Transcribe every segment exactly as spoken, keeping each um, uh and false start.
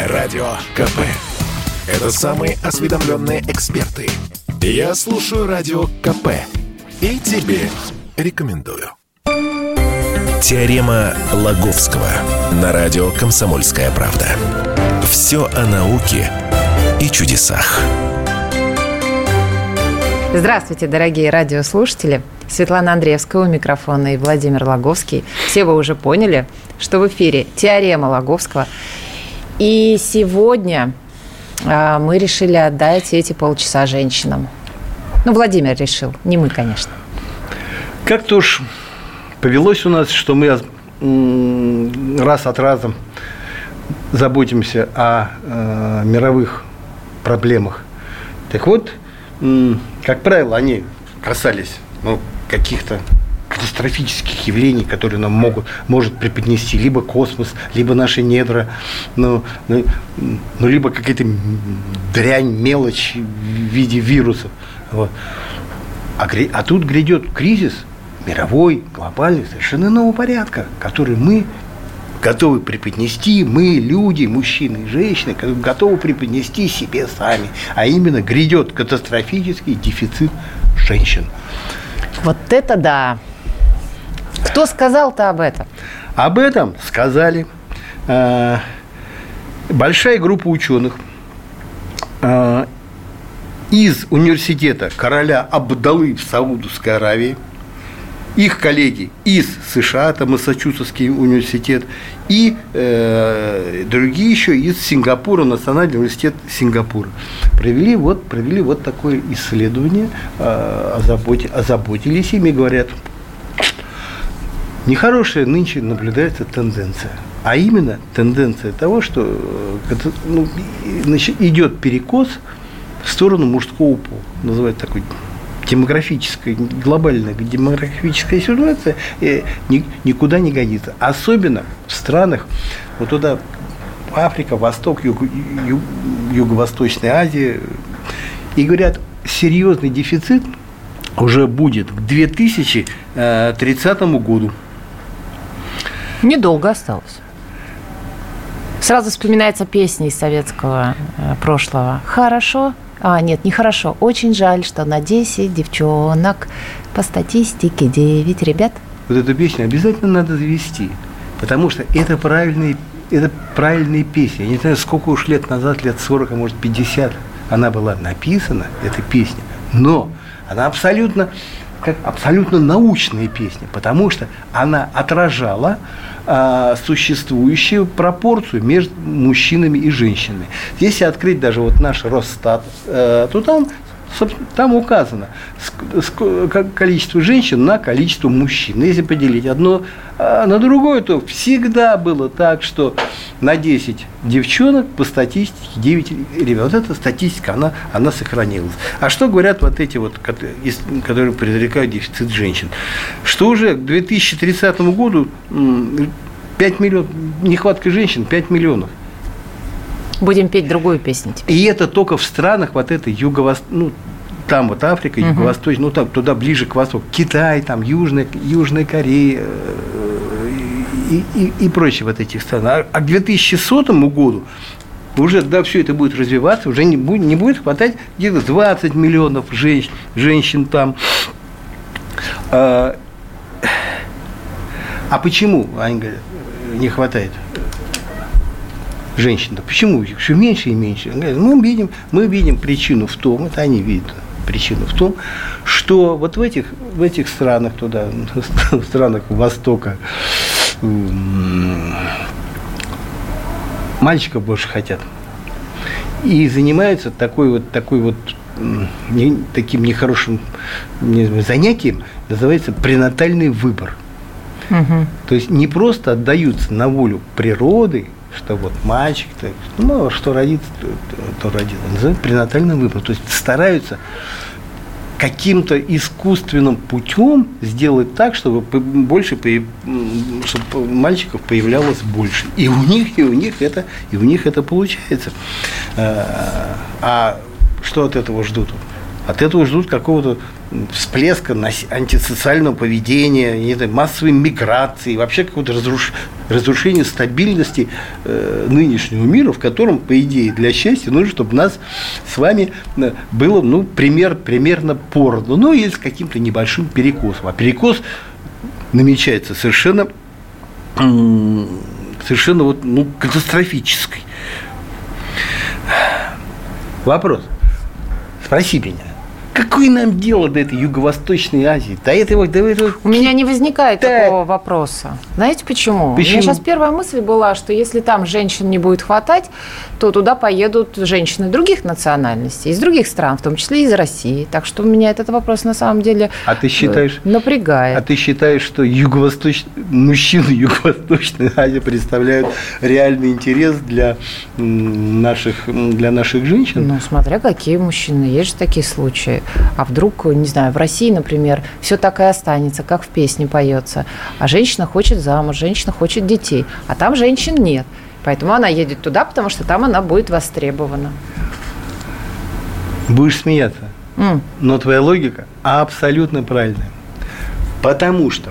Радио КП. Это самые осведомленные эксперты. Я слушаю Радио КП и тебе рекомендую. Теорема Лаговского на радио «Комсомольская правда». Все о науке и чудесах. Здравствуйте, дорогие радиослушатели. Светлана Андреевская у микрофона и Владимир Лаговский. Все вы уже поняли, что в эфире теорема Лаговского. И сегодня а, мы решили отдать эти полчаса женщинам. Ну, Владимир решил, не мы, конечно. Как-то уж повелось у нас, что мы раз от раза заботимся о э, мировых проблемах. Так вот, э, как правило, они касались ну, каких-то катастрофических явлений, которые нам могут, может преподнести либо космос, либо наши недра, ну, ну, ну либо какая-то дрянь, мелочь в виде вирусов. Вот. А, а тут грядет кризис мировой, глобальный, совершенно нового порядка, который мы готовы преподнести, мы, люди, мужчины и женщины, готовы преподнести себе сами. А именно грядет катастрофический дефицит женщин. Вот это да! Кто сказал-то об этом? Об этом сказали э, большая группа ученых э, из университета короля Абдаллы в Саудовской Аравии, их коллеги из США, это Массачусетский университет, и э, другие еще из Сингапура, Национальный университет Сингапура. Провели вот, провели вот такое исследование, э, озаботи, озаботились ими, говорят, нехорошая нынче наблюдается тенденция. А именно тенденция того, что ну, значит, идет перекос в сторону мужского пола. Называется такой демографическая, глобальная демографическая ситуация никуда не годится. Особенно в странах, вот туда Африка, Восток, Юг, Юг, Юго-Восточная Азия. И говорят, серьезный дефицит уже будет к две тысячи тридцатому году. Недолго осталось. Сразу вспоминается песня из советского прошлого. Хорошо. А, нет, нехорошо. Очень жаль, что на десять девчонок по статистике девять ребят. Вот эту песню обязательно надо завести, потому что это правильные, это правильные песни. Я не знаю, сколько уж лет назад, лет сорок, а может пятьдесят, она была написана, эта песня, но она абсолютно, как абсолютно научная песня, потому что она отражала а, существующую пропорцию между мужчинами и женщинами. Если открыть даже вот наш Росстат, а, то там, там указано количество женщин на количество мужчин. Если поделить одно на другое, то всегда было так, что на десять девчонок по статистике девять ребят. Вот эта статистика, она, она сохранилась. А что говорят вот эти вот, которые предрекают дефицит женщин? Что уже к две тысячи тридцатому году пять миллионов, нехватка женщин пять миллионов. Будем петь другую песню теперь. И это только в странах вот этой юго-восточной, ну, там вот Африка, uh-huh. юго-восточная, ну, там туда ближе к востоку, Китай, там Южная, Южная Корея и, и, и прочие вот этих стран. А, а к две тысячи сотому году уже, да, все это будет развиваться, уже не будет, не будет хватать где-то двадцать миллионов женщин, женщин там. А, а почему, они говорят, не хватает женщин? Почему все меньше и меньше? Мы видим, мы видим причину в том, это они видят причину в том, что вот в этих, в этих странах туда, в странах Востока мальчиков больше хотят. И занимаются такой вот, такой вот не, таким нехорошим не знаю, занятием, называется пренатальный выбор. Угу. То есть не просто отдаются на волю природы, что вот мальчик, ну, что родится, то, то родится. Называют пренатальным выбором. То есть стараются каким-то искусственным путем сделать так, чтобы больше, чтобы мальчиков появлялось больше. И у них, и у них это, и у них это получается. А что от этого ждут? От этого ждут какого-то всплеска антисоциального поведения, не знаю, массовой миграции, вообще какого-то разруш... разрушения стабильности э, нынешнего мира, в котором, по идее, для счастья нужно, чтобы у нас с вами было, ну, пример, примерно поровну, ну, или с каким-то небольшим перекосом. А перекос намечается совершенно, совершенно вот, ну, катастрофический. Вопрос. Спроси меня. Какое нам дело до этой Юго-Восточной Азии? До этого, до этого... У меня не возникает да. такого вопроса. Знаете почему? почему? У меня сейчас первая мысль была, что если там женщин не будет хватать, то туда поедут женщины других национальностей, из других стран, в том числе из России. Так что у меня этот вопрос на самом деле а ты считаешь, напрягает. А ты считаешь, что юго-восточ... мужчины Юго-Восточной Азии представляют реальный интерес для наших, для наших женщин? Ну, смотря какие мужчины. Есть же такие случаи. А вдруг, не знаю, в России, например, все так и останется, как в песне поется. А женщина хочет замуж, женщина хочет детей. А там женщин нет. Поэтому она едет туда, потому что там она будет востребована. Будешь смеяться. Mm. Но твоя логика абсолютно правильная. Потому что,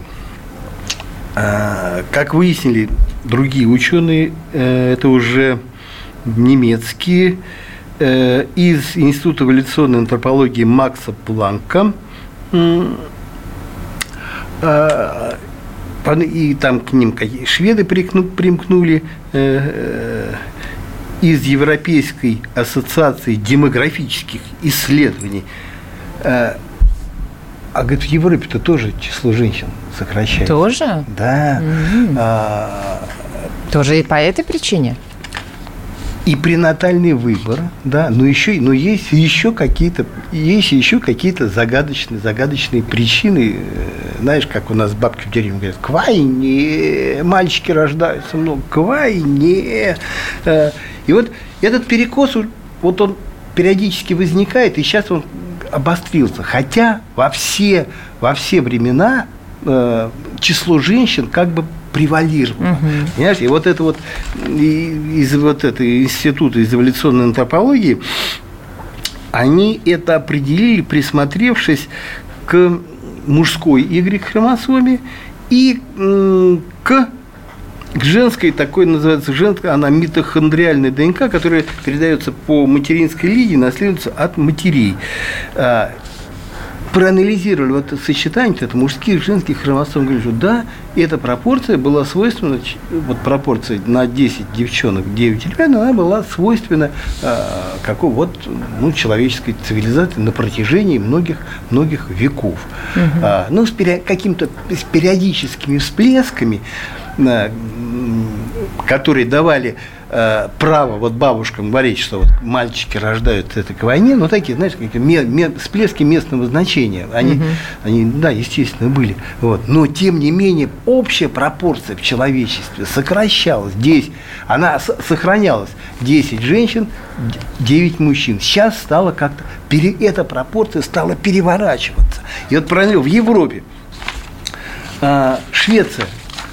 как выяснили другие ученые, это уже немецкие, из Института эволюционной антропологии Макса Планка, и там к ним шведы примкнули, из Европейской ассоциации демографических исследований. А, говорит, в Европе-то тоже число женщин сокращается. Тоже? Да. Mm-hmm. А, тоже и по этой причине? И пренатальный выбор, да, но еще, но есть еще какие-то, есть еще какие-то загадочные, загадочные причины. Знаешь, как у нас бабки в деревне говорят: к войне, мальчики рождаются много, к войне. И вот этот перекос, вот он периодически возникает, и сейчас он обострился. Хотя во все, во все времена э, число женщин как бы превалировало. Угу. Понимаешь? И вот это вот из вот этого института из эволюционной антропологии они это определили, присмотревшись к мужской Y-хромосоме и э, к к женской, такой называется женская, она митохондриальная ДНК, которая передается по материнской линии, наследуется от матерей. Проанализировали вот это сочетание, это мужских и женских хромосом, говорили, что да, эта пропорция была свойственна, вот пропорция на десять девчонок, девять ребят, она была свойственна э, какой вот, ну, человеческой цивилизации на протяжении многих, многих веков. Угу. А, ну, с пере, каким-то с периодическими всплесками, э, которые давали э, право вот бабушкам говорить, что вот мальчики рождаются это к войне, но такие, знаешь, какие-то ме- ме- всплески местного значения, они, угу. они, да, естественно, были. Вот. Но, тем не менее, общая пропорция в человечестве сокращалась. Здесь она с- сохранялась. десять женщин, девять мужчин. Сейчас стало как-то, пере- эта пропорция стала переворачиваться. И вот правильно, в Европе, э, Швеция,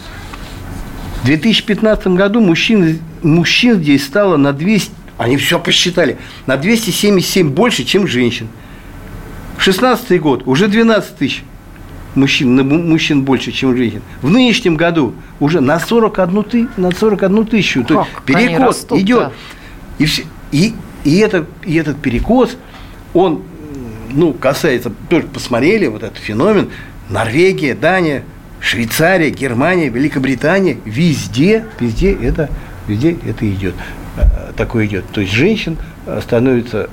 в две тысячи пятнадцатом году мужчин, мужчин здесь стало на двести, они все посчитали, на двести семьдесят семь больше, чем женщин. В шестнадцатый год уже двенадцать тысяч мужчин, мужчин больше, чем женщин. В нынешнем году уже на сорок одну, на сорок одну тысячу. То есть перекос идет. И, все, и, и, это, и этот перекос, он, ну, касается, тоже посмотрели вот этот феномен, Норвегия, Дания, Швейцария, Германия, Великобритания, везде, везде это, везде это идет, такое идет. То есть женщин становится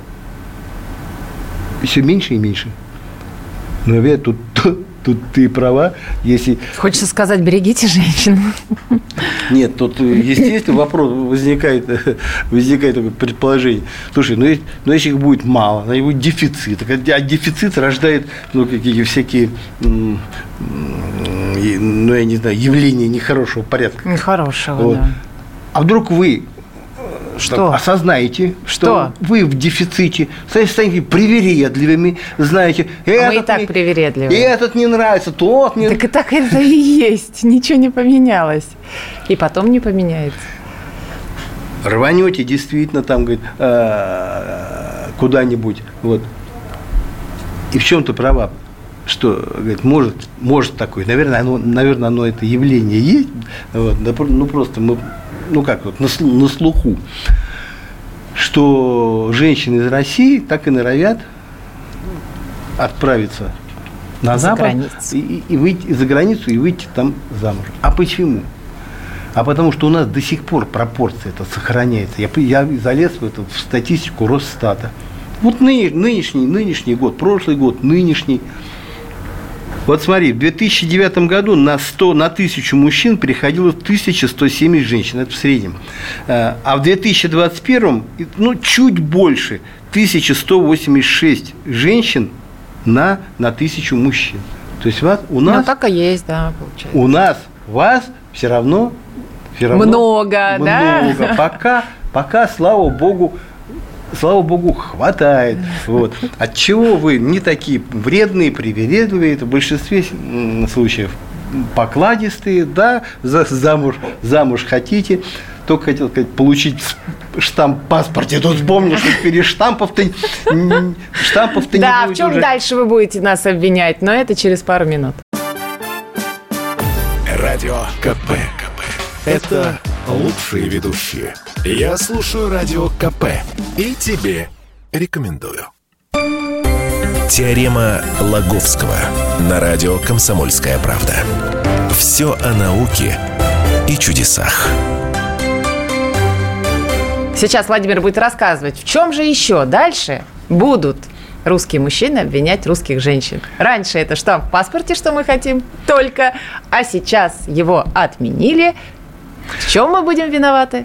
все меньше и меньше. Но я тут, тут, тут ты права, если... Хочется сказать, берегите женщин. Нет, тут, естественно, вопрос возникает, возникает такое предположение. Слушай, ну, если, ну если их будет мало, ну, будет дефицит, а дефицит рождает, ну, какие всякие, ну, я не знаю, явления нехорошего порядка. Нехорошего, вот. Да. А вдруг вы что? осознаете, что, что вы в дефиците, станете привередливыми, знаете, а этот мы и так не, привередливы. Этот не нравится, тот не... Так и так это и есть, ничего не поменялось. И потом не поменяется. Рванете действительно там, говорит, куда-нибудь, вот. И в чем-то права. что, говорит, может, может такое, наверное, оно, наверное, оно это явление есть, вот, ну, просто мы, ну, как вот, на, на слуху, что женщины из России так и норовят отправиться на за Запад и, и выйти за границу и выйти там замуж. А почему? А потому что у нас до сих пор пропорция это сохраняется. Я, я залез в, эту, в статистику Росстата. Вот ны, нынешний, нынешний год, прошлый год, нынешний. Вот смотри, в две тысячи девятом году на, сто, на тысячу мужчин приходилось тысяча сто семьдесят женщин, это в среднем. А в две тысячи двадцать первом, ну, чуть больше, тысяча сто восемьдесят шесть женщин на, на тысячу мужчин. То есть вас, у нас... Ну, так и есть, да, получается. У нас, вас все равно... Все равно много, много, да? Пока, пока, слава богу, слава богу, хватает. Вот. Отчего вы не такие вредные, привередливые, это в большинстве случаев покладистые, да, замуж, замуж хотите, только хотел сказать, получить штамп в паспорте, тут вспомнишь, что перештампов-то штампов-то не будет. Да, в чем дальше вы будете нас обвинять, но это через пару минут. Радио КП. Это лучшие ведущие. Я слушаю Радио КП и тебе рекомендую. Теорема Лаговского на радио «Комсомольская правда». Все о науке и чудесах. Сейчас Владимир будет рассказывать, в чем же еще дальше будут русские мужчины обвинять русских женщин. Раньше это штамп в паспорте, что мы хотим только, а сейчас его отменили. В чем мы будем виноваты?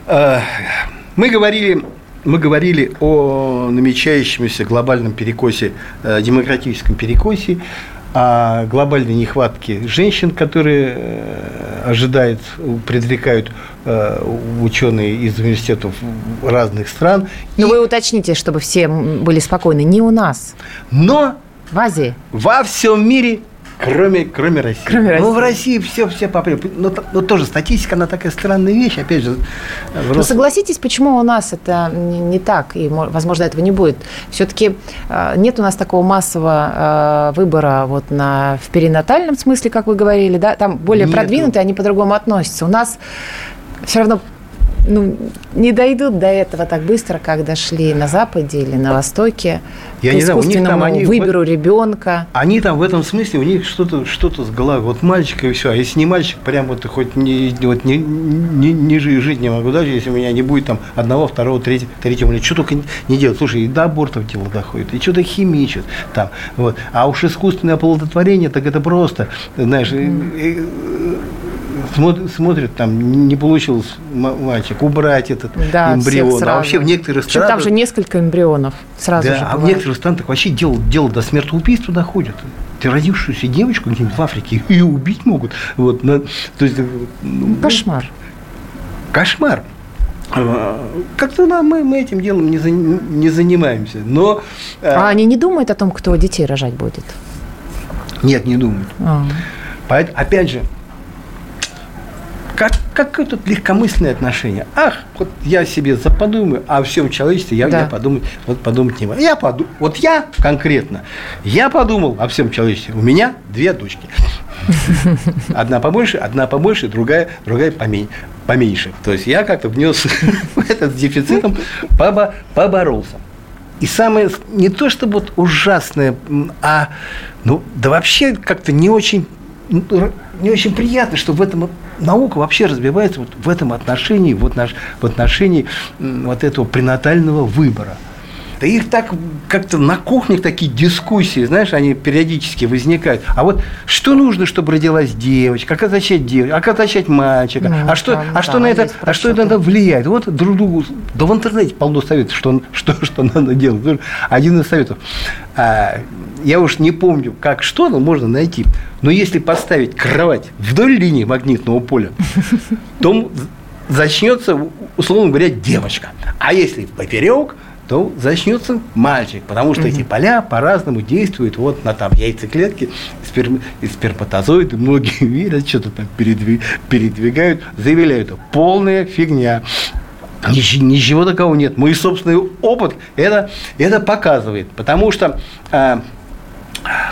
Мы говорили, мы говорили о намечающемся глобальном перекосе, демократическом перекосе, о глобальной нехватке женщин, которые ожидают, предрекают ученые из университетов разных стран. Но И... вы уточните, чтобы все были спокойны, не у нас, но в Азии, во всем мире. Кроме, кроме России. Кроме России. Ну, в России все, все по-прежнему. Но, но тоже статистика, она такая странная вещь, опять же. Ну, рост... согласитесь, почему у нас это не, не так, и, возможно, этого не будет. Все-таки э, нет у нас такого массового э, выбора вот на, в перинатальном смысле, как вы говорили, да, там более Нету. продвинутые, они по-другому относятся. У нас все равно ну, не дойдут до этого так быстро, как дошли на Западе или на Востоке. Я к не искусственному знаю, у них там они, выбору ребенка. Они там в этом смысле, у них что-то, что-то с головой. Вот мальчик и все. А если не мальчик, прям вот хоть не, вот не, не, не жить не могу, даже если у меня не будет там одного, второго, третьего, третьего, что только не делать. Слушай, и до абортов дело доходит, и что-то химичат там. Вот. А уж искусственное оплодотворение, так это просто, знаешь, mm. Смотрят, смотрят, там не получилось мальчик, убрать этот да, эмбрион. А вообще в некоторых странах... Там же несколько эмбрионов сразу да, же а бывает. В некоторых странах вообще дело, дело до смертоубийства доходит. Ты родившуюся девочку где-нибудь в Африке ее убить могут. Вот, на, то есть, ну, кошмар. Кошмар. Как-то мы, мы этим делом не, за, не занимаемся. Но, а они не думают о том, кто детей рожать будет? Нет, не думают. А. Поэтому, опять же, Как, какое тут легкомысленное отношение. Ах, вот я себе заподумаю, а о всем человечестве я, да. я подумать, вот подумать не могу. Я подум... Вот я конкретно, я подумал о всем человечестве. У меня две дочки. Одна побольше, одна побольше, другая, другая поменьше. То есть я как-то внес этот с дефицитом, поборолся. И самое, не то чтобы вот ужасное, а ну да вообще как-то не очень... Не очень приятно, что в этом наука вообще развивается вот в этом отношении, вот наш, в отношении вот этого пренатального выбора. Да их так как-то на кухнях такие дискуссии, знаешь, они периодически возникают. А вот что нужно, чтобы родилась девочка, как зачать девочку, а как зачать мальчика, ну, а что, там, а, что на это, а что это надо влияет? Вот друг другу, да в интернете полно советов, что, что, что надо делать. Один из советов. А, я уж не помню, как что, но можно найти. Но если поставить кровать вдоль линии магнитного поля, то начнется, условно говоря, девочка. А если поперек, то начнется мальчик, потому что mm-hmm. эти поля по-разному действуют вот на там яйцеклетки, сперм, сперматозоиды, многие верят, что-то там передвиг, передвигают, заявляют, это полная фигня. Ничего, ничего такого нет. Мой собственный опыт это, это показывает, потому что э,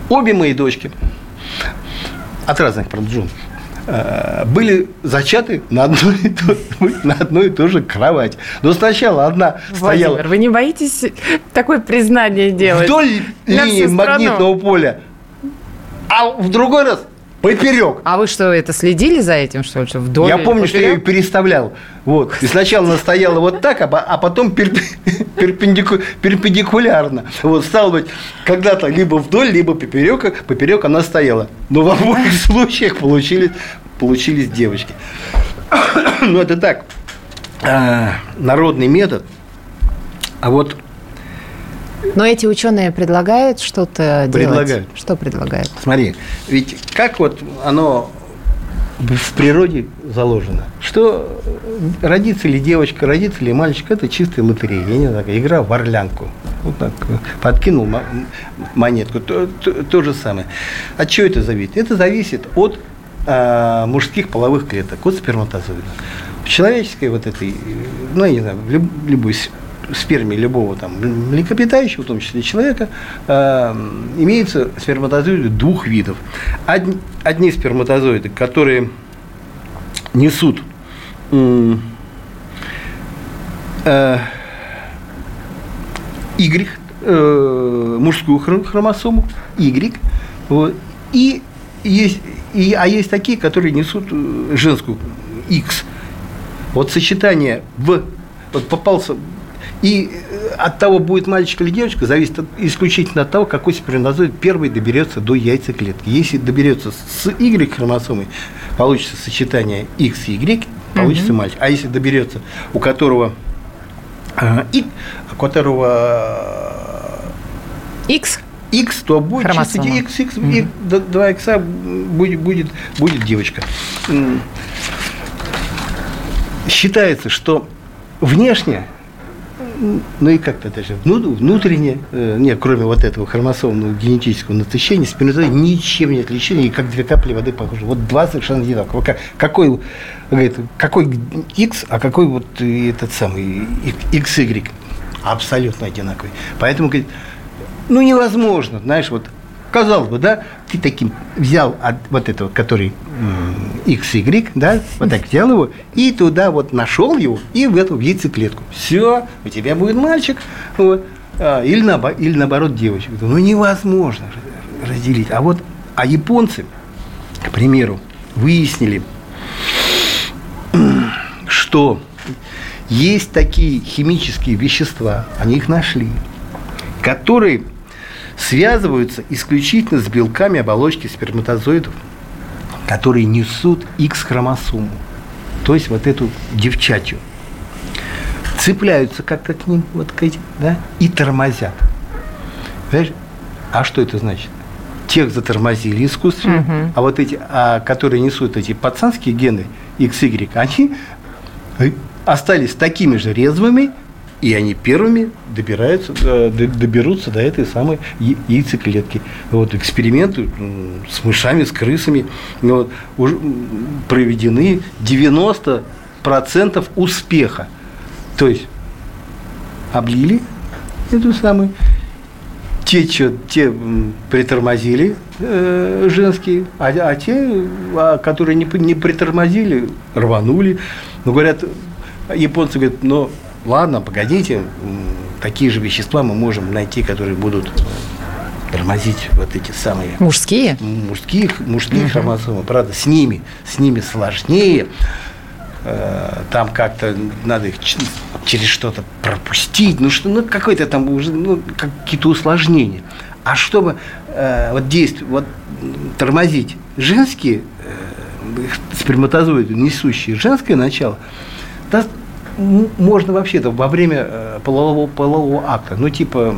Обе мои дочки от разных, правда, жен были зачаты на одной и ту, на одной и той же кровати. Но сначала одна Владимир, стояла... вы не боитесь такое признание делать? Вдоль линии магнитного поля, а в другой раз поперек. А вы что, это следили за этим, что ли? Что вдоль я помню, поперек? что я ее переставлял. Вот. И сначала она стояла вот так, а потом перпендику... перпендикулярно. Вот, стало быть, когда-то либо вдоль, либо поперек, поперек она стояла. Но в обоих случаях получились, получились девочки. Ну, это так, народный метод. А вот... Но эти ученые предлагают что-то предлагают. делать? Что предлагают? Смотри, ведь как вот оно в природе заложено, что родится ли девочка, родится ли мальчик, это чистая лотерея, я не знаю, игра в орлянку. Вот так, подкинул монетку, то, то, то же самое. От чего это зависит? Это зависит от а, мужских половых клеток, от сперматозоида. В человеческой вот этой, ну, я не знаю, в любой сперме любого там млекопитающего, в том числе человека, э, имеются сперматозоиды двух видов. Одни, одни сперматозоиды, которые несут э, э, Y, э, мужскую хромосому, Y, вот, и есть, и, а есть такие, которые несут женскую X. Вот сочетание в... Вот попался... И от того, будет мальчик или девочка, зависит от, исключительно от того, какой сперматозоид первый доберется до яйцеклетки. Если доберется с Y-хромосомой, получится сочетание X и Y, получится угу. мальчик. А если доберется, у которого э, Y, у которого X, X, то будет чисто X, X, угу. и два икса будет, будет, будет девочка. Считается, что внешне, ну и как-то даже внутренне, э, нет, кроме вот этого хромосомного генетического насыщения, сперматозоид ничем не отличен, и как две капли воды похожи. Вот два совершенно одинаковых. Какой, говорит, какой X, а какой вот этот самый икс игрек? Абсолютно одинаковый. Поэтому, говорит, ну невозможно, знаешь, вот казалось бы, да, ты таким взял от, вот этого, который икс игрек, да, вот так взял его, и туда вот нашел его, и в эту в яйцеклетку. Все, у тебя будет мальчик, вот, а, или, наобо, или наоборот девочка. Ну, невозможно разделить. А вот, а японцы, к примеру, выяснили, что есть такие химические вещества, они их нашли, которые связываются исключительно с белками оболочки сперматозоидов, которые несут X-хромосому, то есть вот эту девчачью, цепляются как-то к ним, вот к этим, да, и тормозят. Понимаешь? А что это значит? Тех затормозили искусственно, угу. а вот эти, а, которые несут эти пацанские гены икс игрек, они остались такими же резвыми, и они первыми добираются, доберутся до этой самой яйцеклетки. Вот, эксперименты с мышами, с крысами вот, уже проведены, девяносто процентов успеха. То есть облили эту самую, те, что, те притормозили э, женские, а, а те, а, которые не, не притормозили, рванули. Но говорят, японцы говорят, но ладно, погодите, такие же вещества мы можем найти, которые будут тормозить вот эти самые... Мужские? Мужские, мужские угу. хромосомы. Правда, с ними, с ними сложнее. Там как-то надо их через что-то пропустить. Ну, что, ну какое-то там уже, ну, какие-то усложнения. А чтобы э, вот действовать, вот тормозить женские э, сперматозоиды, несущие женское начало, да, можно вообще-то во время полового, полового акта, ну, типа,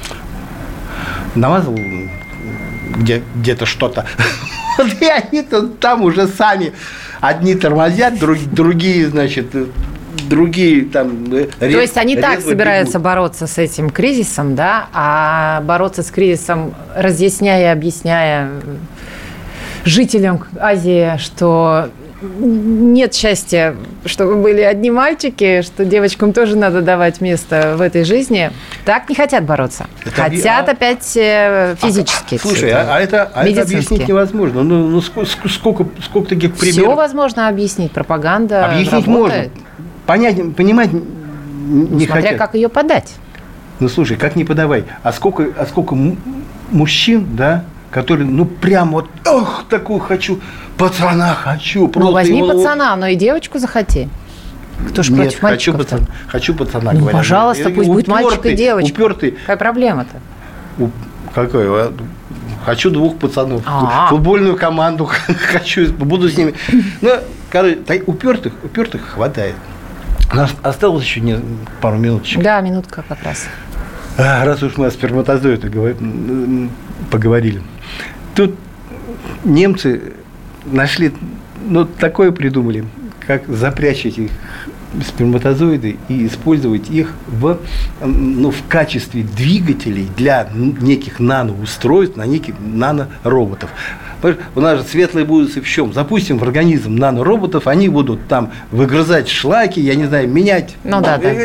намазал где, где-то что-то, и они там уже сами одни тормозят, друг, другие, значит, другие там... То рез, есть они так собираются бегут. Бороться с этим кризисом, да, а бороться с кризисом, разъясняя, объясняя жителям Азии, что нет счастья, чтобы были одни мальчики, что девочкам тоже надо давать место в этой жизни. Так не хотят бороться. Это хотят а... опять физически. А, слушай, а, а, это, а это объяснить невозможно. Ну, ну сколько, сколько, сколько таких примеров? Все возможно объяснить. Пропаганда объяснить работает. Можно. Понять, понимать не Смотря хотят. как ее подать. Ну, слушай, как не подавай. А сколько, а сколько мужчин, да, которые, ну, прям вот, ох, такую хочу, пацана хочу. Ну, возьми его... пацана, но и девочку захоти. Кто ж Нет, против мальчиков? Хочу пацана, хочу пацана, ну, говорят. Пожалуйста, пусть упертый, будет мальчик и девочка. Упертый. Какая проблема-то? У... Какой? Хочу двух пацанов. А-а-а. Футбольную команду хочу, буду с ними. Ну, короче, упертых, упертых хватает. У нас осталось еще не, пару минуточек. Да, минутка как раз. А, раз уж мы о сперматозоиде поговорили. Тут немцы нашли, ну, такое придумали, как запрячь эти сперматозоиды и использовать их в, ну, в качестве двигателей для неких наноустройств, на неких нанороботов. У нас же светлое будущее в чем? Запустим в организм нанороботов, они будут там выгрызать шлаки, я не знаю, менять. Ну да, да.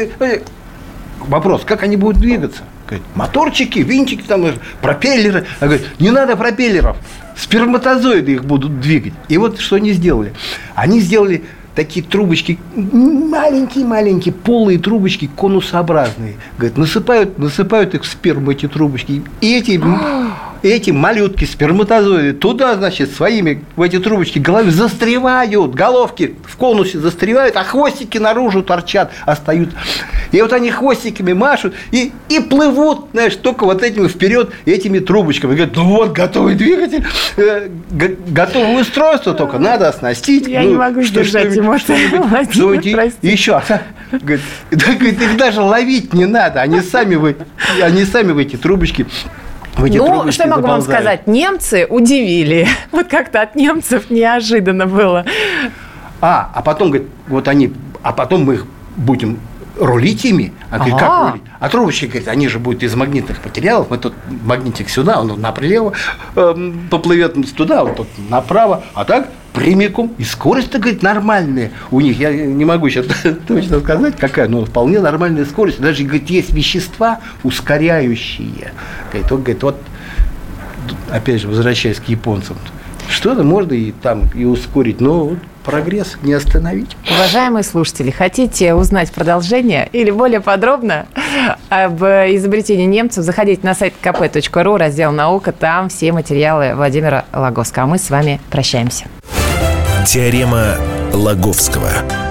Вопрос, как они будут двигаться? Говорит, моторчики, винтики, там, пропеллеры. А говорит, не надо пропеллеров, сперматозоиды их будут двигать. И вот что они сделали. Они сделали такие трубочки, маленькие-маленькие, полые трубочки, конусообразные. Говорит, насыпают, насыпают их в сперму, эти трубочки. И эти, эти малютки, сперматозоиды, туда, значит, своими в эти трубочки головы застревают, головки в конусе застревают, а хвостики наружу торчат, остаются. И вот они хвостиками машут и, и плывут, знаешь, только вот этими вперед, этими трубочками. Говорят, ну вот, готовый двигатель, э, г- готовое устройство, только надо оснастить. Я ну, не могу что, сдержать эмоции. Что-нибудь еще. Говорит, говорит, их даже ловить не надо, они сами в, они сами в эти трубочки. Ну, что я могу вам сказать? Немцы удивили. Вот как-то от немцев неожиданно было. А, а потом, говорит, вот они, а потом мы их будем рулить ими. А говорит, как рулить? А трубочки, говорит, они же будут из магнитных материалов. Мы тут магнитик сюда, он направо э, поплывет туда, он тут направо. А так прямиком. И скорость-то, говорит, нормальная у них. Я не могу сейчас точно сказать, какая, но вполне нормальная скорость. Даже, говорит, есть вещества ускоряющие. Говорит, вот, говорит, вот опять же, возвращаясь к японцам, что-то можно и там и ускорить, но прогресс не остановить. Уважаемые слушатели, хотите узнать продолжение или более подробно об изобретении немцев, заходите на сайт ка пэ точка ру, раздел «Наука», там все материалы Владимира Логовского. А мы с вами прощаемся. Теорема Лаговского.